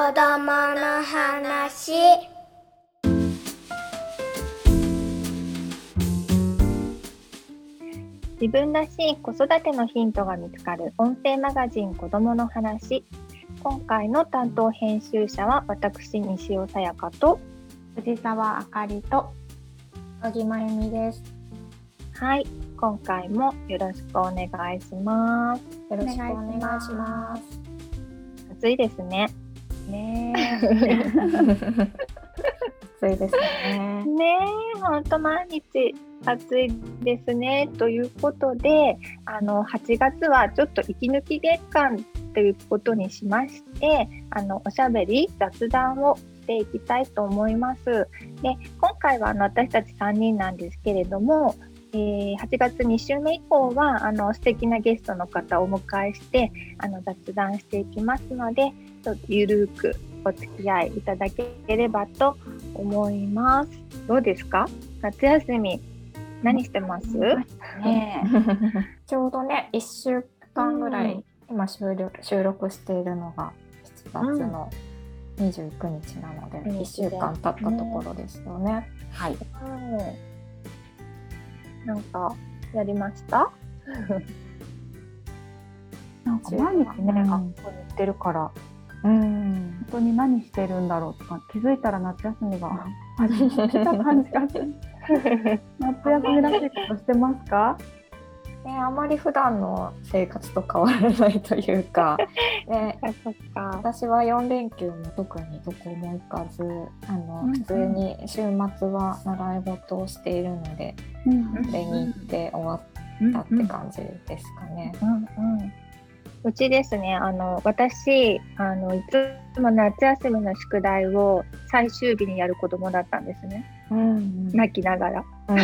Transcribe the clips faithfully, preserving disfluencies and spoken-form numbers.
供の話。 自分らしい子育てのヒントが見つかる音声マガジン子供の話。今回の担当編集者は私西尾さやかと藤沢あかりと小木まゆみです。 はい、今回もよろしくお願いします。 よろしくお願いします。 暑いですね。 ね暑いですね。 ねえ、ほんと毎日暑いですね。ということで、あのはちがつはちょっと息抜き月間ということにしまして、あのおしゃべり雑談をしていきたいと思います。で、今回はあの私たちさんにんなんですけれども、えー、はちがつに週目以降はあの素敵なゲストの方をお迎えしてあの雑談していきますので、ちょっとゆるくお付き合いいただければと思います。どうですか？夏休み何してます？ ねちょうどねいっしゅうかんぐらい、うん、今収録、収録しているのがしちがつのにじゅうくにちなので、うん、いっしゅうかん経ったところですよね、ね。はい、うん、 なんかやりましたなんか毎日ね、学校に行ってるからうん、本当に何してるんだろうとか気づいたら夏休みが始まってた感じがする夏休みらしいことしてますか？ ね、あまり普段の生活と変わらないというか、ね、 そっか。 私はよんれんきゅうも特にどこも行かず、あの、うんうん、普通に週末は習い事をしているので、うんうん、それに行って終わったって感じですかね。 うんうんうん、うちですね、あの私あのいつも夏休みの宿題を最終日にやる子供だったんですね、うんうん、泣きながら、うん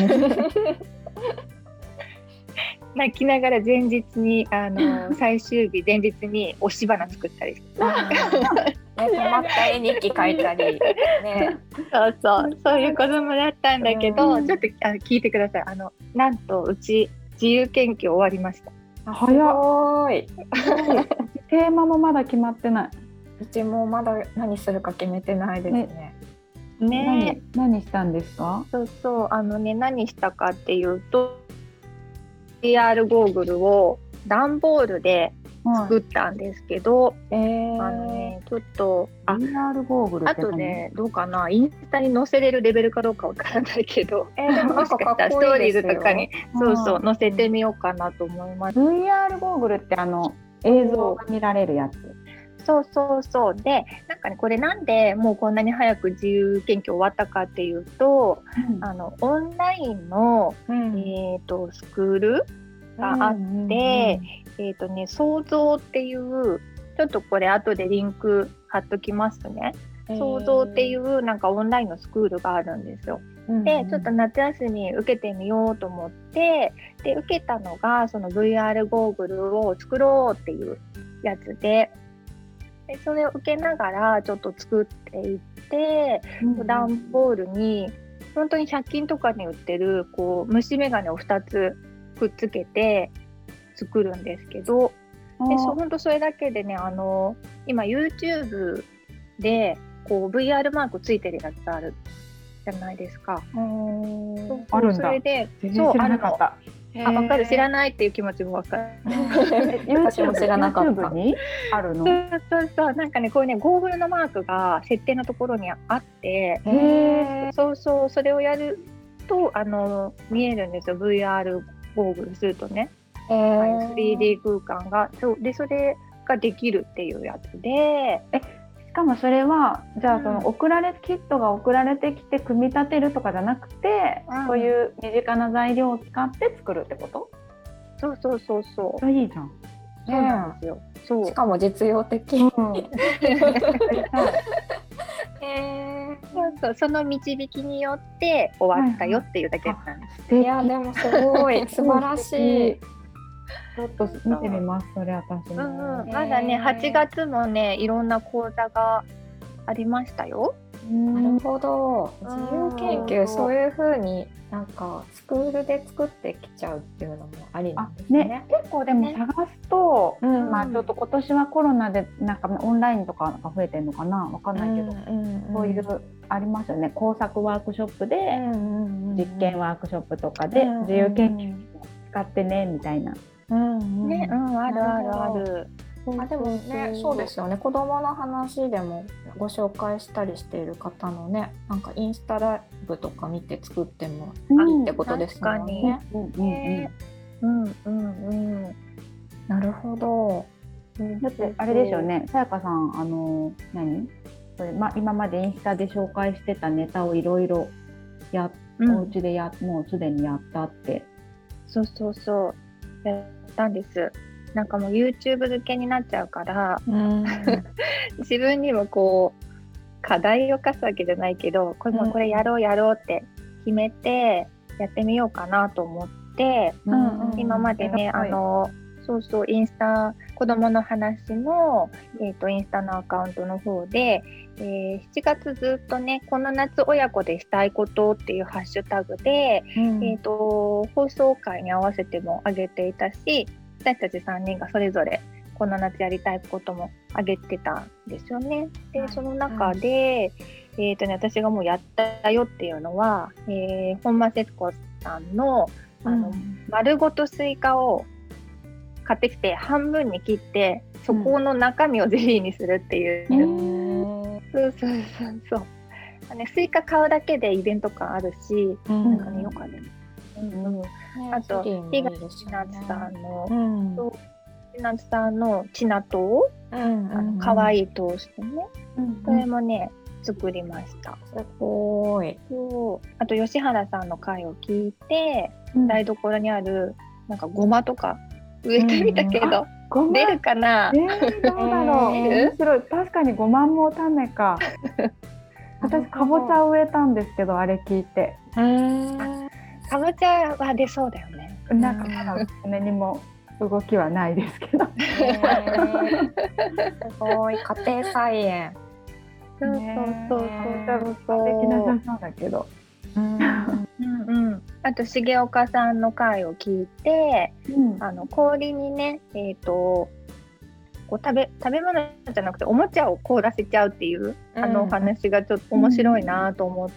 泣きながら前日にあの最終日前日に押し花作ったりしてね、 止まった絵日記書いたり、ね、 そうそうそういう子供だったんだけど、うん、ちょっとあの聞いてください。あのなんとうち自由研究終わりました。 早いテーマもまだ決まってない。 うちもまだ何するか決めてないですね。 ね、ね、何、何したんですか？ そうそう、あのね、何したかっていうと ブイアール ゴーグルを段ボールで作ったんですけど、はい、えー、あのね、ちょっとブイアール ゴーグルってあとね、どうかな、インスタに載せれるレベルかどうかわからないけど、 えー、でもなんかかっこいいですよ。 ストーリーズとかにそうそう載せてみようかなと思います。 ブイアール ゴーグルってあの映像が見られるやつ。 そうそうそう。で、なんかね、これなんでもうこんなに早く自由研究終わったかっていうと、うん、あのオンラインの、うん、えーと、スクールがあって、うんうんうん、えーとね、創造っていうちょっとこれ後でリンク貼っときますね。創造っていうなんかオンラインのスクールがあるんですよ。うんうん、でちょっと夏休み受けてみようと思ってで受けたのがその ブイアール ゴーグルを作ろうっていうやつで、でそれを受けながらちょっと作っていって、うんうん、段ボールに本当にひゃく均とかに売ってるこう虫眼鏡をふたつくっつけて作るんですけど、でそ本当それだけでね、あの今 YouTube でこう ブイアール マークついてるやつあるじゃないですか。 そうそうあるんだ。 それで全然知らなかった。 あ、分かる、知らないっていう気持ちも分かる。 私も知らなかった。 にあるの？ そうそうそう、なんかね、こうね、ゴーグルのマークが設定のところにあって、 へー、 そうそう、それをやるとあの見えるんですよ。ブイアール ゴーグルするとね、スリーディー 空間がそうで、それができるっていうやつで、えしかもそれはじゃあその送られキットが送られてきて組み立てるとかじゃなくて、うん、そういう身近な材料を使って作るってこと？ そうそうそうそう。 いいじゃん。 そうなんですよ。そう。 しかも実用的。うん、 えー、そうそう、その導きによって終わったよっていうだけなんです。 はい、いやでもすごい素晴らしい。 ちょっと見てみます。それ私も、 うんうん、まだねはちがつもねいろんな講座がありましたよ。 なるほど。自由研究、 うんそういう風になんかスクールで作ってきちゃうっていうのもありなあんですね。 ね、結構でも探すと、 うんまあちょっと今年はコロナでなんかオンラインとかが増えてるのかな、わかんないけど、 うんうんうん、 そういうありますよね。工作ワークショップで、 うんうんうん、 実験ワークショップとかで、 うんうんうん、 自由研究使ってねみたいな。 うんうんね、うん、あるあるあなるる。 あでもね、そうですよね。子供の話でもご紹介したりしている方のね、なんかインスタライブとか見て作ってもいいってことですもんね。 うんうんうんうんうんうん。 なるほど。 だってあれでしょうね、さやかさん、あの何それ、ま、今までインスタで紹介してたネタをいろいろや、 うんお家でやもうすでにやったって。 そうそうそうやったんです。なんかもう YouTube 付けになっちゃうからうん自分にもこう課題を課すわけじゃないけど、これもこれやろうやろうって決めてやってみようかなと思って、 うんうん今までね、あのそうそうインスタ子どもの話の、えー、とインスタのアカウントの方で、えー、しちがつずっとねこの夏親子でしたいことっていうハッシュタグで、 うんえー、と放送回に合わせても上げていたし、私たちさんにんがそれぞれこの夏やりたいことも上げてたんですよね。でその中で、えーとね、私がもうやったよっていうのは、えー、本間節子さんのあの、うん、丸ごとスイカを買ってきて半分に切ってそこの中身をゼリーにするっていう、うん、そうそうそうそうあ、ね、スイカ買うだけでイベント感あるし、うん、なんかねよかったね、うんうんね、あと東千夏さんの、うん、千夏さんのチナトウ、うんうん、かわいいトーストね、うんうん、これもね作りました。 すごい。 そうあと吉原さんの回を聞いて、うん、台所にあるなんかごまとか植えてみたけど、うん、出るかな、 えー、どうだろう、えー、面白い。確かにごまも種か私かぼちゃ植えたんですけどあれ聞いて、 かぼちゃは出そうだよね。 なんかまだ何も動きはないですけど、 えー、すごい家庭菜園。 そうそうそうそうそうできなさそうだけど、 うんうんうん、あと重岡さんの回を聞いて、うん、あの氷にね、えーと、こう食べ食べ物じゃなくておもちゃを凍らせちゃうっていう、うん、あのお話がちょっと面白いなと思って、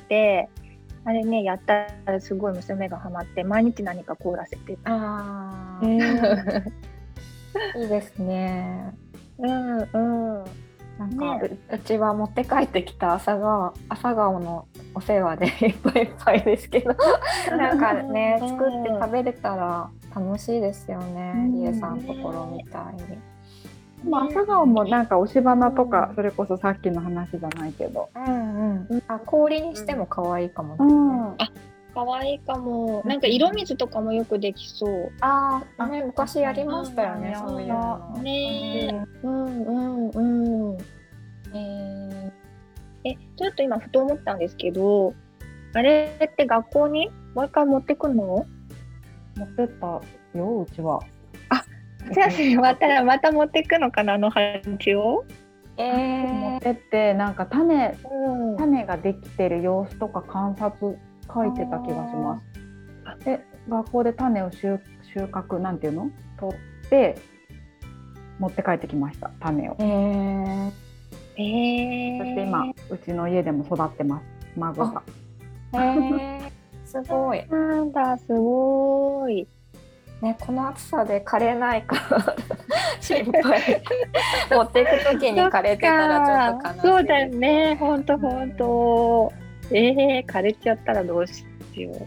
うん、あれねやったらすごい娘がハマって毎日何か凍らせてあ、えー、いいですね。 うんうんなんか う, うちは持って帰ってきた朝顔、朝顔のお世話でいっぱいいっぱいですけどなんかね作って食べれたら楽しいですよね、りえさんのところみたいに。 まあ、朝顔もなんか押し花とか、うん、それこそさっきの話じゃないけど、 うんうん、あ氷にしても可愛いかもですね、うん、 あ可愛いかも。なんか色水とかもよくできそう。 ああ、ね、昔やりましたよね、そういうの。 ね、うんうんうん。えー、え、ちょっと今ふと思ったんですけど、あれって学校にもう一回持ってくの？ 持ってったよ、うちは。 あ、じゃあ終わったらまた持ってくのかな、あの鉢を？ えー、 持ってってなんか種、うん、種ができてる様子とか観察書いてた気がします。で学校で種を 収, 収穫なんていうの取って持って帰ってきました、種を。 えーえー、 そして今うちの家でも育ってます、孫が。 えー、すごい。 なんだ、すごい。 ね、この暑さで枯れないか心配持っていくときに枯れてたらちょっと悲しい。 そうだよね、ほんとほんと。えー、枯れちゃったらどうしよう。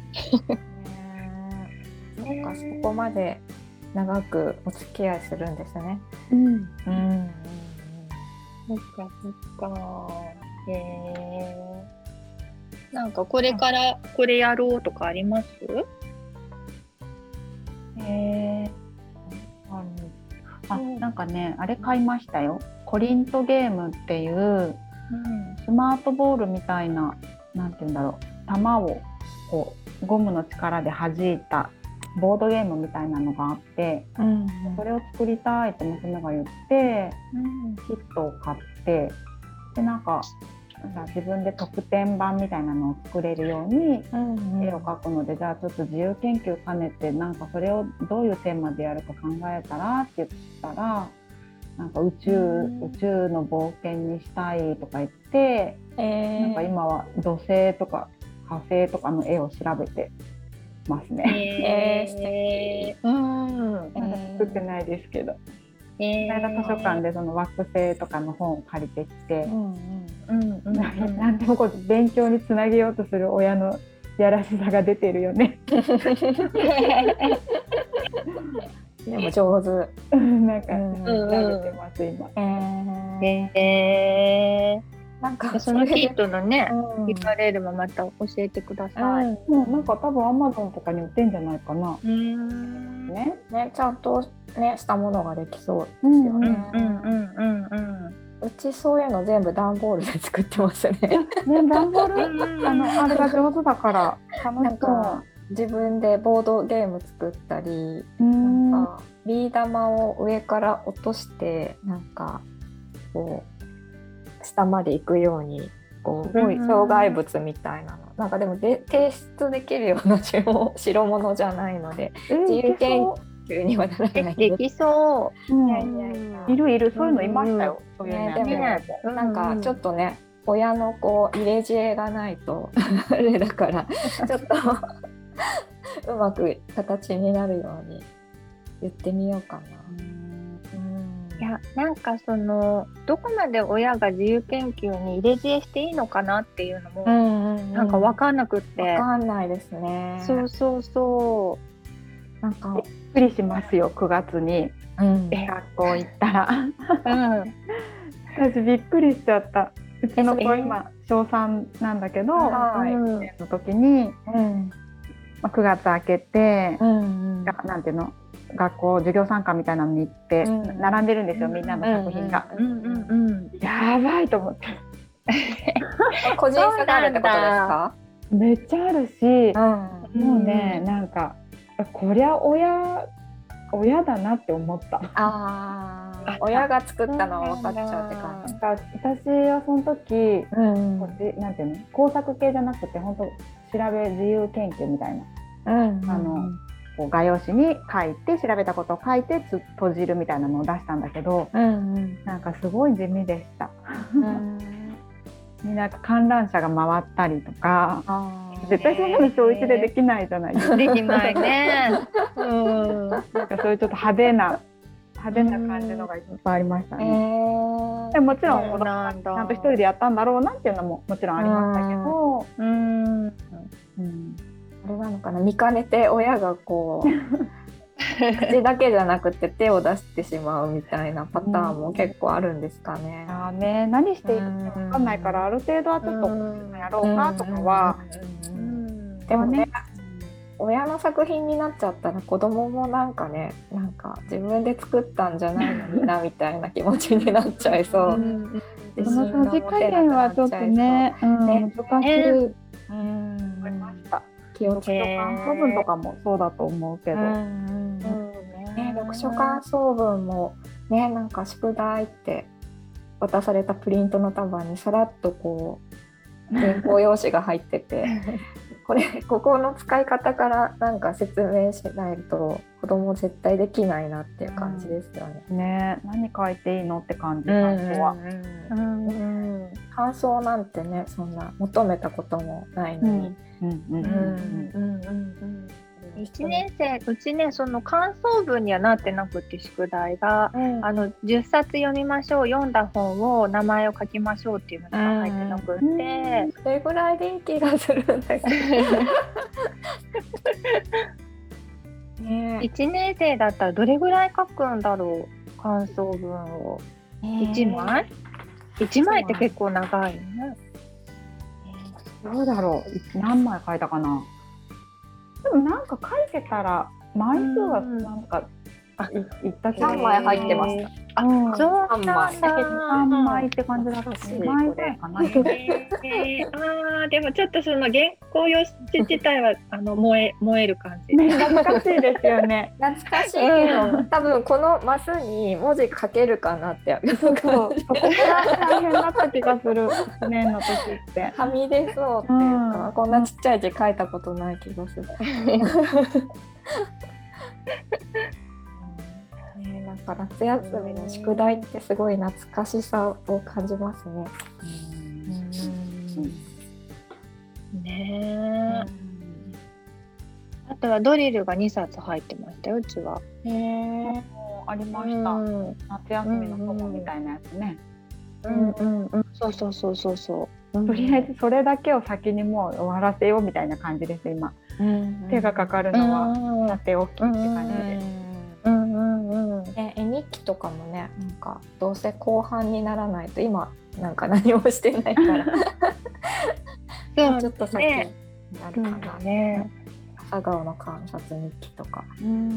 なんかそこまで長くお付き合いするんですね。 うんうんうん。 そっかそっか。えー、なんかこれからこれやろうとかあります？ えー、あ、うん、なんかねあれ買いましたよ。コリントゲームっていう、うん、スマートボールみたいな、なんて言うんだろう、球をこうゴムの力で弾いたボードゲームみたいなのがあって、うんうん、それを作りたいって娘が言って、うん、キットを買って、でなんかなんか自分で特典版みたいなのを作れるように絵を描くので、じゃあちょっと自由研究兼ねてなんかそれをどういうテーマでやるか考えたらって言ったら、なんか宇宙、宇宙の冒険にしたいとか言って、えー、なんか今は土星とか火星とかの絵を調べてますね。 えー、うん、 まだ作ってないですけど、 えー、 この間図書館でその惑星とかの本を借りてきて、うんうんうん、 なんでもこう勉強につなげようとする親のやらしさが出てるよね。 でも上手。 なんか調べてます今。 えーえーなんかそのヒットのね、うん、ユーアールエル もまた教えてください。うん、 もうなんか多分 Amazon とかに売ってんじゃないかな。 うん、 ね、ね、ちゃんとねしたものができそうですよね。うちそういうの全部段ボールで作ってますね。 ね、段ボールあのあれが上手だから楽しそう。 自分でボードゲーム作ったり、なんかビー玉を上から落としてなんかこう下まで行くようにこう障害物みたいなの、なんかでもで提出できるような代物じゃないので、えー、自由研究にはならない。 できそう。 いやいやいや、いるいる、そういうのいましたよ。そういうね、でも、ね、なんかちょっとね、親のこう入れ知恵がないとあれだからちょっとうまく形になるように言ってみようかな。 いや、なんかそのどこまで親が自由研究に入れ知恵していいのかなっていうのも、うんうんうん、なんか分かんなくって。 分かんないですね。 そうそうそう。 なんかびっくりしますよ、くがつに、うん、学校行ったら、うん、私びっくりしちゃった。うちの子今小さんなんだけど、はい、の時に、うんまあ、くがつ明けて、うんうん、なんていうの学校授業参観みたいなのに行って、うん、並んでるんですよ、みんなの作品が。やばいと思って。 個人差があるってことですか？ めっちゃあるし、うん、もうね、なんかこりゃ親親だなって思った。 あ親が作ったのは分かっちゃうって感じ。 私はその時、うんこっちなんていうの工作系じゃなくて本当調べ自由研究みたいな、うんうん、あのこう画用紙に書いて調べたことを書いてつ閉じるみたいなのを出したんだけど、うんうん、なんかすごい地味でした。うんなんか観覧車が回ったりとか、絶対そんなの小一でできないじゃないですか。 できないね。 うん、なんかそういうちょっと派手な派手な感じのがいっぱいありましたね。でもちろん子供がちゃんと一人でやったんだろうなっていうのももちろんありましたけど、うん、うん、 あれなのかな、見かねて親がこう口だけじゃなくて手を出してしまうみたいなパターンも結構あるんですかね。 うん、あね、何していいか分かんないからある程度はちょっとやろうかとかは。 でもね、親の作品になっちゃったら子供もなんかね、なんか自分で作ったんじゃないのになみたいな気持ちになっちゃいそう。うん、 そのさじ加減はちょっとね、うん、ね難しい、えー、うん思いました。記憶と感想文とかもそうだと思うけど、うんうんね、読書感想文もね、なんか宿題って渡されたプリントの束にさらっとこう原稿用紙が入っててこれここの使い方からなんか説明しないと子供絶対できないなっていう感じですよね。 うん、ね、何書いていいのって感じ、感想は。 感想なんてね、そんな求めたこともないのに。 いちねん生、うちね、その感想文にはなってなくて宿題が、うん、あのじゅっさつ読みましょう、読んだ本を名前を書きましょうっていうのが入ってなくって、うん、 それぐらいでいい気がするんだけどね、いちねん生だったらどれぐらい書くんだろう、感想文を。いちまい ?いち 枚って結構長いよね。 どうだろう、何枚書いたかな。でもなんか書いてたら枚数はなんか、 うん、あいったさんまい入ってました。 あ、 うんそう三枚なんだ。 さんまいって感じだった懐かしいにまいぐらいかな。 えー、あーでもちょっとその原稿用紙自体はあの燃え燃える感じ。 ね、懐かしいですよね。 懐かしいけど、多分このマスに文字書けるかなってそうそう、そこから大変だった気がする。いちねんの時って。 はみ出そうっていうか、 うんこんなちっちゃい字書いたことない気がする。ね、なんか夏休みの宿題ってすごい懐かしさを感じますね。 ねえ。あとはドリルがにさつ入ってましたよ、うちは。 へえ。 ありました。 うん夏休みの友みたいなやつね。 うんうんうん。そうそうそうそうそう。 とりあえずそれだけを先にもう終わらせようみたいな感じです今。手がかかるのはさておきって感じで。 うんうんうん。 え、絵日記とかもね、なんかどうせ後半にならないと今なんか何もしてないからそうちょっと先になるかな。 ね。 朝顔の観察日記とか。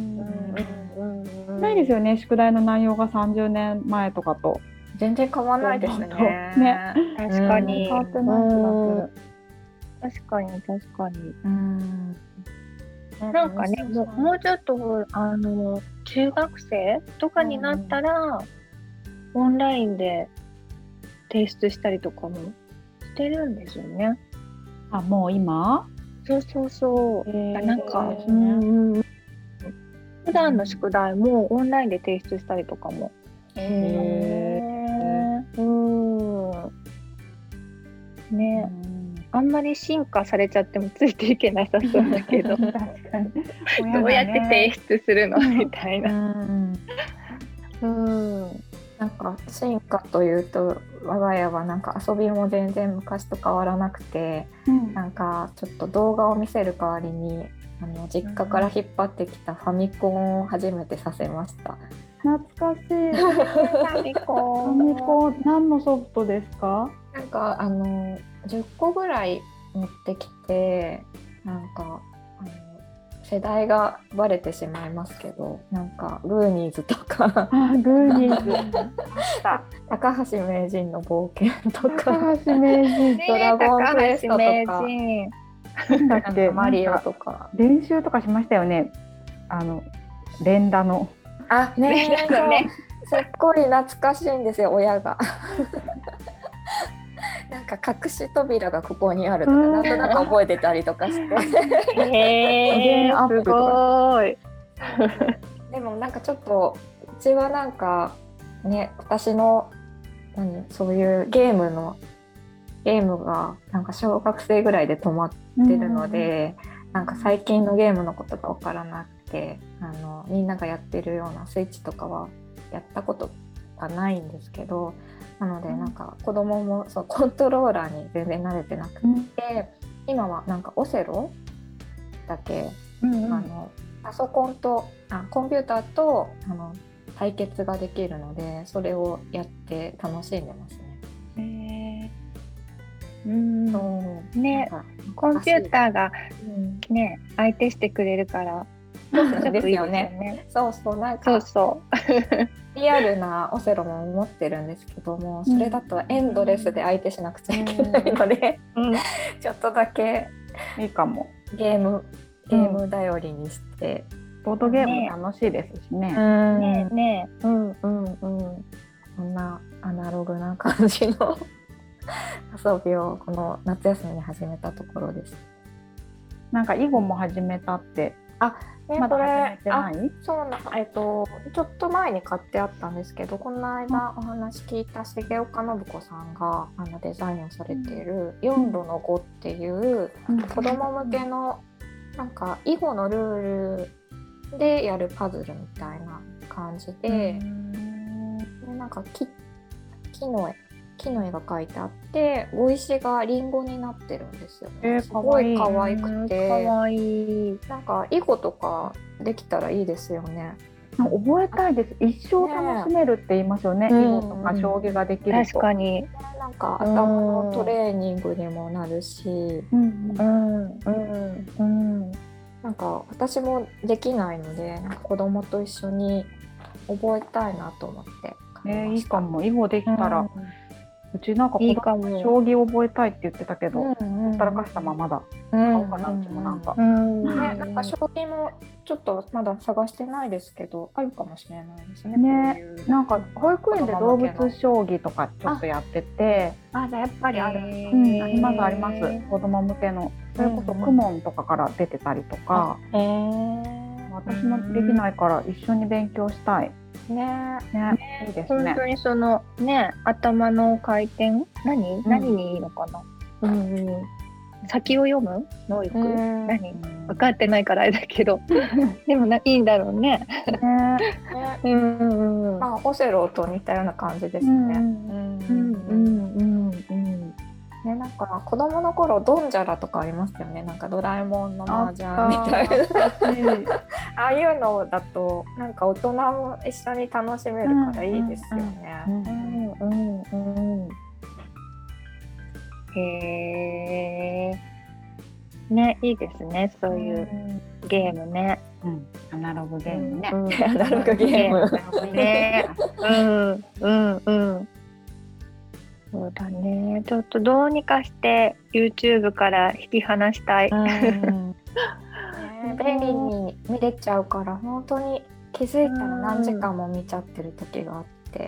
ないですよね、宿題の内容がさんじゅうねんまえとかと全然変わらないですね。 ね、 確かに。 変わってない気がする。 確かに確かに。 うん。 なんかね、もうもうちょっとあの中学生とかになったら、オンラインで提出したりとかもしてるんですよね。 あ、もう今？ そうそうそう。 へーなんか、 ねうんうん、普段の宿題もオンラインで提出したりとかも。 へーうんね、あんまり進化されちゃってもついていけなさそうだけど確かにどうやって提出するのみたいな。 うん。 うんなんか進化というと我が家はなんか遊びも全然昔と変わらなくて、 うんなんかちょっと動画を見せる代わりにあの実家から引っ張ってきたファミコンを初めてさせました。 懐かしい。 ファミコファミコン何のソフトですか？ なんかあのじゅっこぐらい持ってきて、なんかあの世代がバレてしまいますけど、なんかグーニーズとかあ、グーニーズ。 高橋名人の冒険とか高橋名人。 ドラゴンクエストとか高橋名人だってマリオとか練習とかしましたよね。あの連打の。 あねねなんかねすっごい懐かしいんですよ、親が。なんか隠し扉がここにあるとかなんとなく覚えてたりとかしてへーすごい。 でもなんかちょっとうちはなんかね、私の何そういうゲームのゲームがなんか小学生ぐらいで止まってるので、うん、なんか最近のゲームのことが分からなくて、あのみんながやってるようなスイッチとかはやったことがないんですけど、なのでなんか子供もそうコントローラーに全然慣れてなくて、うん、今はなんかオセロだけ、うんうん、あのパソコンとあコンピューターとあの対決ができるので、それをやって楽しんでますね。 へーうんそうね、コンピューターが、ね、相手してくれるからですよね。そうそう、なんかそうそうリアルなオセロも持ってるんですけども、それだとエンドレスで相手しなくちゃいけないので、うん、ちょっとだけいいかも。 ゲームゲーム頼りにして、 うん、ボードゲーム楽しいですしね。 ねえねえ、うんうんうん、 こんなアナログな感じの遊びをこの夏休みに始めたところです。 なんか囲碁も始めたって。 あ、ね、 まだこれ始めてない？ あ、そうな、えっとちょっと前に買ってあったんですけど、この間お話聞いた重岡信子さんがあのデザインをされているよんろのごっていう子供向けのなんか囲碁のルールでやるパズルみたいな感じで、でなんか木、木の絵木の絵が描いてあって、碁石がリンゴになってるんですよね。 えー、 すごい可愛くて、 かわいい。 なんか囲碁とかできたらいいですよね。 覚えたいです。一生楽しめるって言いますよね。囲碁とか将棋ができると。 確かに。 なんか頭のトレーニングにもなるし、 うんうんうんうん。 なんか私もできないので、なんか子供と一緒に覚えたいなと思ってえー、いいかも。囲碁できたら、 うんうちなんか子いいか供も。 将棋覚えたいって言ってたけど、 うんほったらかしたままだ。 うん買おうかな、うちもなんか。 うんね、なんか将棋もちょっとまだ探してないですけど、あるかもしれないですね。 ねこういうなんか保育園で動物将棋とかちょっとやってて、 あ、じゃあやっぱりある。 へーうん、ありますあります。子供向けの。それこそうんうんクモンとかから出てたりとか、 へえ。 私もできないから一緒に勉強したい。 ね。 ね、いいですね本当。にそのね、頭の回転何、 ん何にいいのかな、うんうん、先を読む能力、 うん何うん分かってないからあれだけどでもないいんだろうね。 ねね、 うんうんうんまあオセロと似たような感じですね。 うんうんうんうんうんね、なんか子供の頃ドンジャラとかありましたよね。なんかドラえもんの麻雀みたいな。ああいうのだとなんか大人も一緒に楽しめるからいいですよね。 うんうんうんうん。へえ。ね、いいですね、そういうゲームね。 うん、アナログゲームね。 うんうんアナログゲームね。うんうんうん。そうだね。ちょっとどうにかして YouTube から引き離したい。 うんね、便利に見れちゃうから本当に気づいたら何時間も見ちゃってる時があって、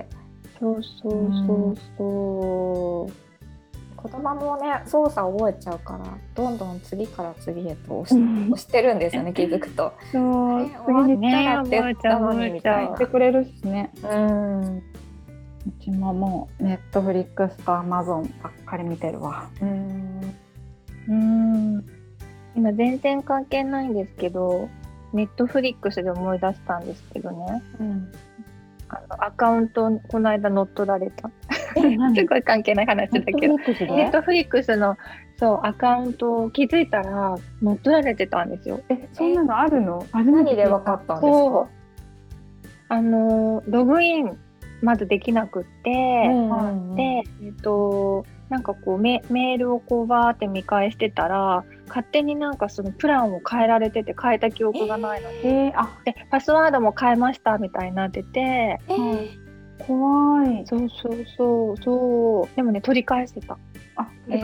そうそうそうそう。 子供もね操作覚えちゃうからどんどん次から次へと押し、押してるんですよね、気づくと。 そう、 次に次に行ったらって言ったのにみたいなやって。くれるしね。 うんうちももうネットフリックスとアマゾンばっかり見てるわ。 うんうん。今全然関係ないんですけど、ネットフリックスで思い出したんですけどね。 うんあのアカウントこの間乗っ取られた。 え、何？ すごい関係ない話だけど。 ネットフリックスでネットフリックスのそうアカウントを気づいたら乗っ取られてたんですよ。 え、そんなのあるの？初めて聞いた何で分かったんですそうか？ あのログインまずできなくって、 うんで、えっとなんかこう メ, メールをこうバーって見返してたら勝手になんかそのプランを変えられてて変えた記憶がないのに、 えー、あ、 でパスワードも変えましたみたいになってて、 えー怖い。 そうそうそうそうでもね取り返してた。 あ、 え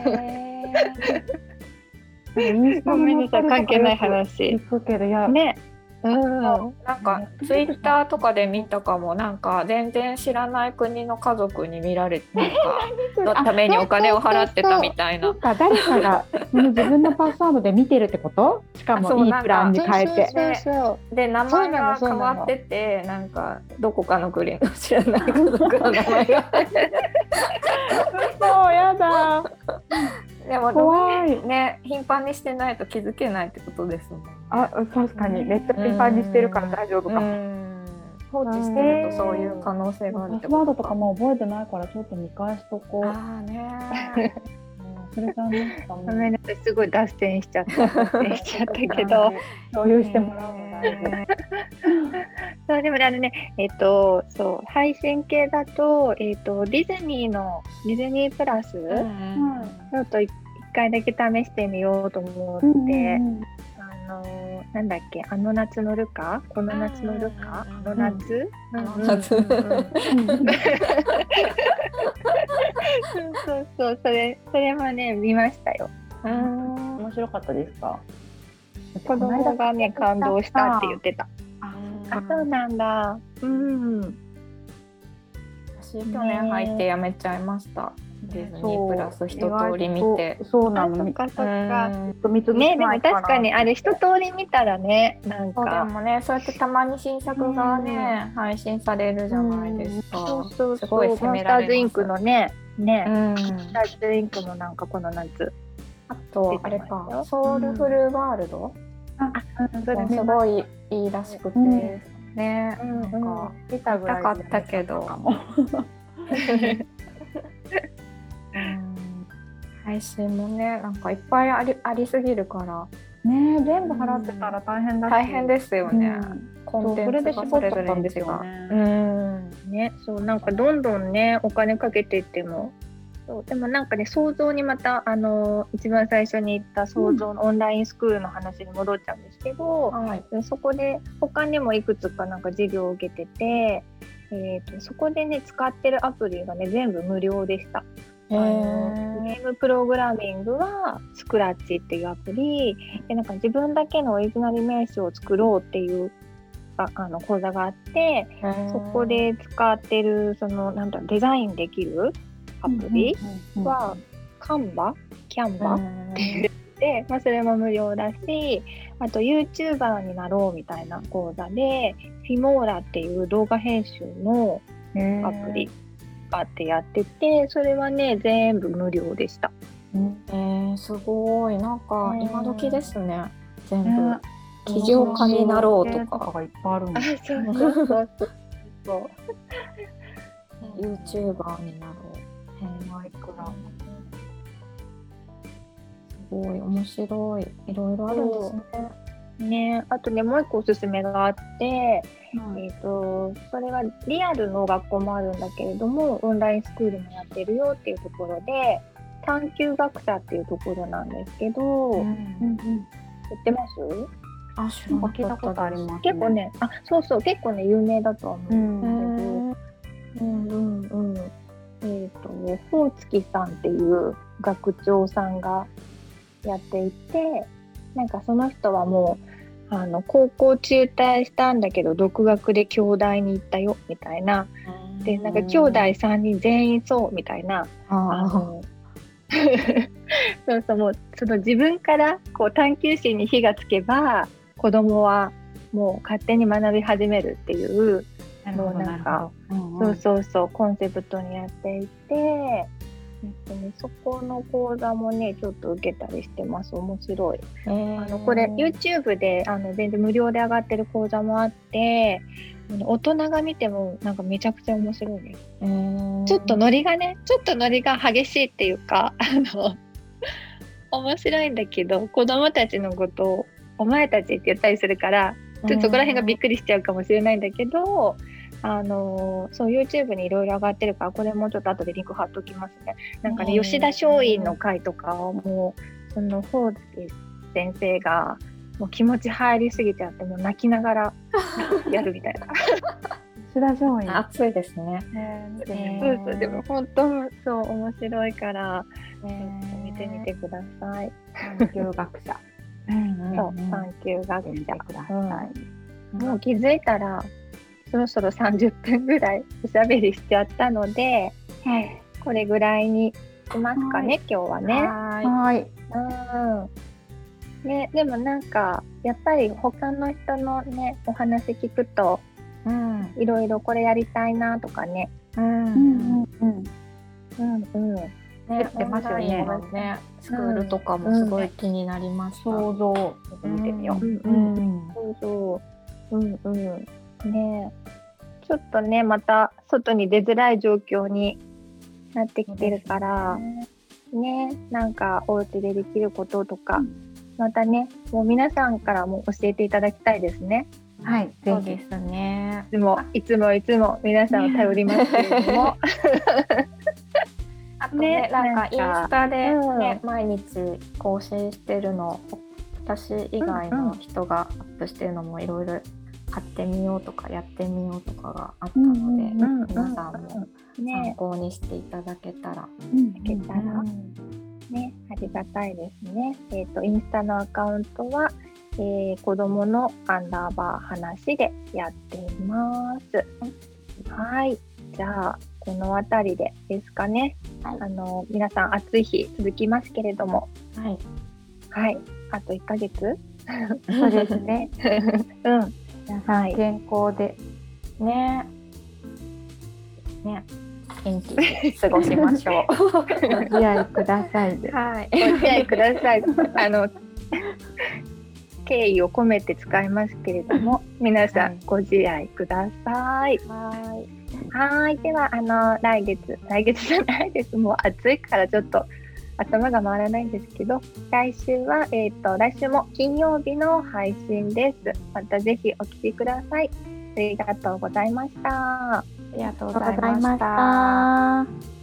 ーインスタごめんなさい関係ない聞話くけど、いや、 ね。うんなんかツイッターとかで見たかも。なんか全然知らない国の家族に見られてなんかのためにお金を払ってたみたいな。 そうか、誰かがその自分のパスワードで見てるってこと？しかあそうもいいプランに変えて。 そうそうそうで名前が変わっててなんかどこかの国の知らない家族の名前がそうやだ。 でも怖い。 ね頻繁にしてないと気づけないってことですもんね。 あ、確かにめっちゃ頻繁にしてるから大丈夫かうも。 ん放置してるとそういう可能性があるってことパスワードとかも覚えてないからちょっと見返しとこう。 ああね忘れちゃいましたもん。 ごめんなさいすごい脱線しちゃった脱線しちゃったけど共有してもらうの大事。 ねそうでもねあのねえっとそう配信系だとえっとディズニーのディズニープラス、 うんちょっと一回だけ試してみようと思って、 うんうんうんあのなんだっけあの夏のルカこの夏のルカうんあの夏あの夏うんうんうんうんそうそうそうそれそれもね見ましたよ。 うん面白かったですか？ 子供がね感動したって言ってた。 あ、 あそうなんだ。うん。 私去年入ってやめちゃいました。ディズニープラス一通り見て。 そうそうなあの。 そっかそっうか。 ん見つねでも確かにあれ一通り見たらねなんそうでか。 もねそうやってたまに新作がね配信されるじゃないですか。 そうそうすそう。 ごい責モンめられます。 スターズインクのねね。 うん。 モンスターズインクもなんかこの夏。 あとあれかソウルフルワールド。 あ、それすごいいいらしくてうんね。 うんなんか見たぐらい見たかったけどかも。 うん配信もねなんかいっぱいありありすぎるからねえ、全部払ってたら大変だし。 大変ですよね。 うんコンテンツがそれぞれに違う。うん。 ねそうなんかどんどんねお金かけていっても。そうでもなんかね想像にまたあの一番最初に言った想像のオンラインスクールの話に戻っちゃうんですけど、 はい。 でそこで他にもいくつかなんか授業を受けてて、 えーと、そこでね使ってるアプリがね全部無料でした。 へあのゲームプログラミングはスクラッチっていうアプリで、なんか自分だけのオリジナル名詞を作ろうっていうああの講座があって、そこで使ってるそのなんだデザインできるアプリはカンバキャンバって言って、まあ、それも無料だし、あと YouTuber になろうみたいな講座でフィモーラっていう動画編集のアプリがあってやってて、それはね全部無料でした。 えー、すごいなんか今時ですね、全部、 えー、 起業家になろうとかがいっぱいあるんです。 あ、そうそうそうそう。 YouTuber になろう。 へー、マイクラ。 すごい面白い。いろいろあるんですね。 ね、あとねもう一個おすすめがあって、 うん、 えーと、それはリアルの学校もあるんだけれどもオンラインスクールもやってるよっていうところで、探究学舎っていうところなんですけど、 うんうんうん、 知ってます？ あ、知らなかった聞いたことありますね。 結構ね、あ、そうそう、結構ね有名だとは思うんだけど、うんうんうん、えっと宝月さんっていう学長さんがやっていて、なんかその人はもうあの高校中退したんだけど独学で京大に行ったよみたいな、でなんか兄弟さんにん全員そうみたいな、あのそうそう、もうその自分からこう探究心に火がつけば子供はもう勝手に学び始めるっていうのをなんか、うんうん、そうそうそうコンセプトにやっていて、えっとね、そこの講座もねちょっと受けたりしてます。面白い。あのこれ YouTube であの全然無料で上がってる講座もあって、大人が見てもなんかめちゃくちゃ面白いです。ちょっとノリがねちょっとノリが激しいっていうか、あの面白いんだけど子供たちのことをお前たちって言ったりするからちょっとそこら辺がびっくりしちゃうかもしれないんだけど、あのそう YouTube にいろいろ上がってるから、これもちょっと後でリンク貼っときますね。なんかね、吉田松陰の回とかをもうその宝月先生がもう気持ち入りすぎちゃってもう泣きながらやるみたいな吉田松陰熱いですね。 えー、そうそう、でも本当そう面白いから、えー、見てみてください。 探究学者そう探究学者ください、 うん、もう気づいたらそろそろさんじゅっぷんぐらいおしゃべりしちゃったので、はい、これぐらいにしますかね、今日はね。 はい、 うんね、でもなんかやっぱり他の人のねお話聞くと、うん、いろいろこれやりたいなとかね、うんうんうんうんうんね、出ますよね。ね、スクールとかもすごい気になりました。 想像見てみよう。 そうそう、うんうん。ね、ちょっとねまた外に出づらい状況になってきてるからね、ね、なんかお家でできることとか、うん、またねもう皆さんからも教えていただきたいですね。 はい、 そうですね。 いつもいつもいつも皆さんを頼りますけれどもあとね、ね、なんかインスタで、ね、うん、毎日更新してるの私以外の人がアップしてるのもいろいろ買ってみようとかやってみようとかがあったので、うんうん、皆さんも参考にしていただけたら、 ね、いけたら、ね、ありがたいですね。えーと、インスタのアカウントは、えー、子どものアンダーバー話でやっています。はい、じゃあこのあたりでですかね。はい、あの皆さん暑い日続きますけれども、はい、はい、あといっかげつそうですね。 うん。 皆さん健康で、 はい、ねね元気に過ごしましょう。 ご自愛くださいで。 はい、ご自愛ください。あの敬意を込めて使いますけれども、皆さんご自愛ください。はい。はい、ではあの来月来月じゃないです。もう暑いからちょっと頭が回らないんですけど、来週は、えーと、来週も金曜日の配信です。またぜひお聞きください。ありがとうございました。 ありがとうございました。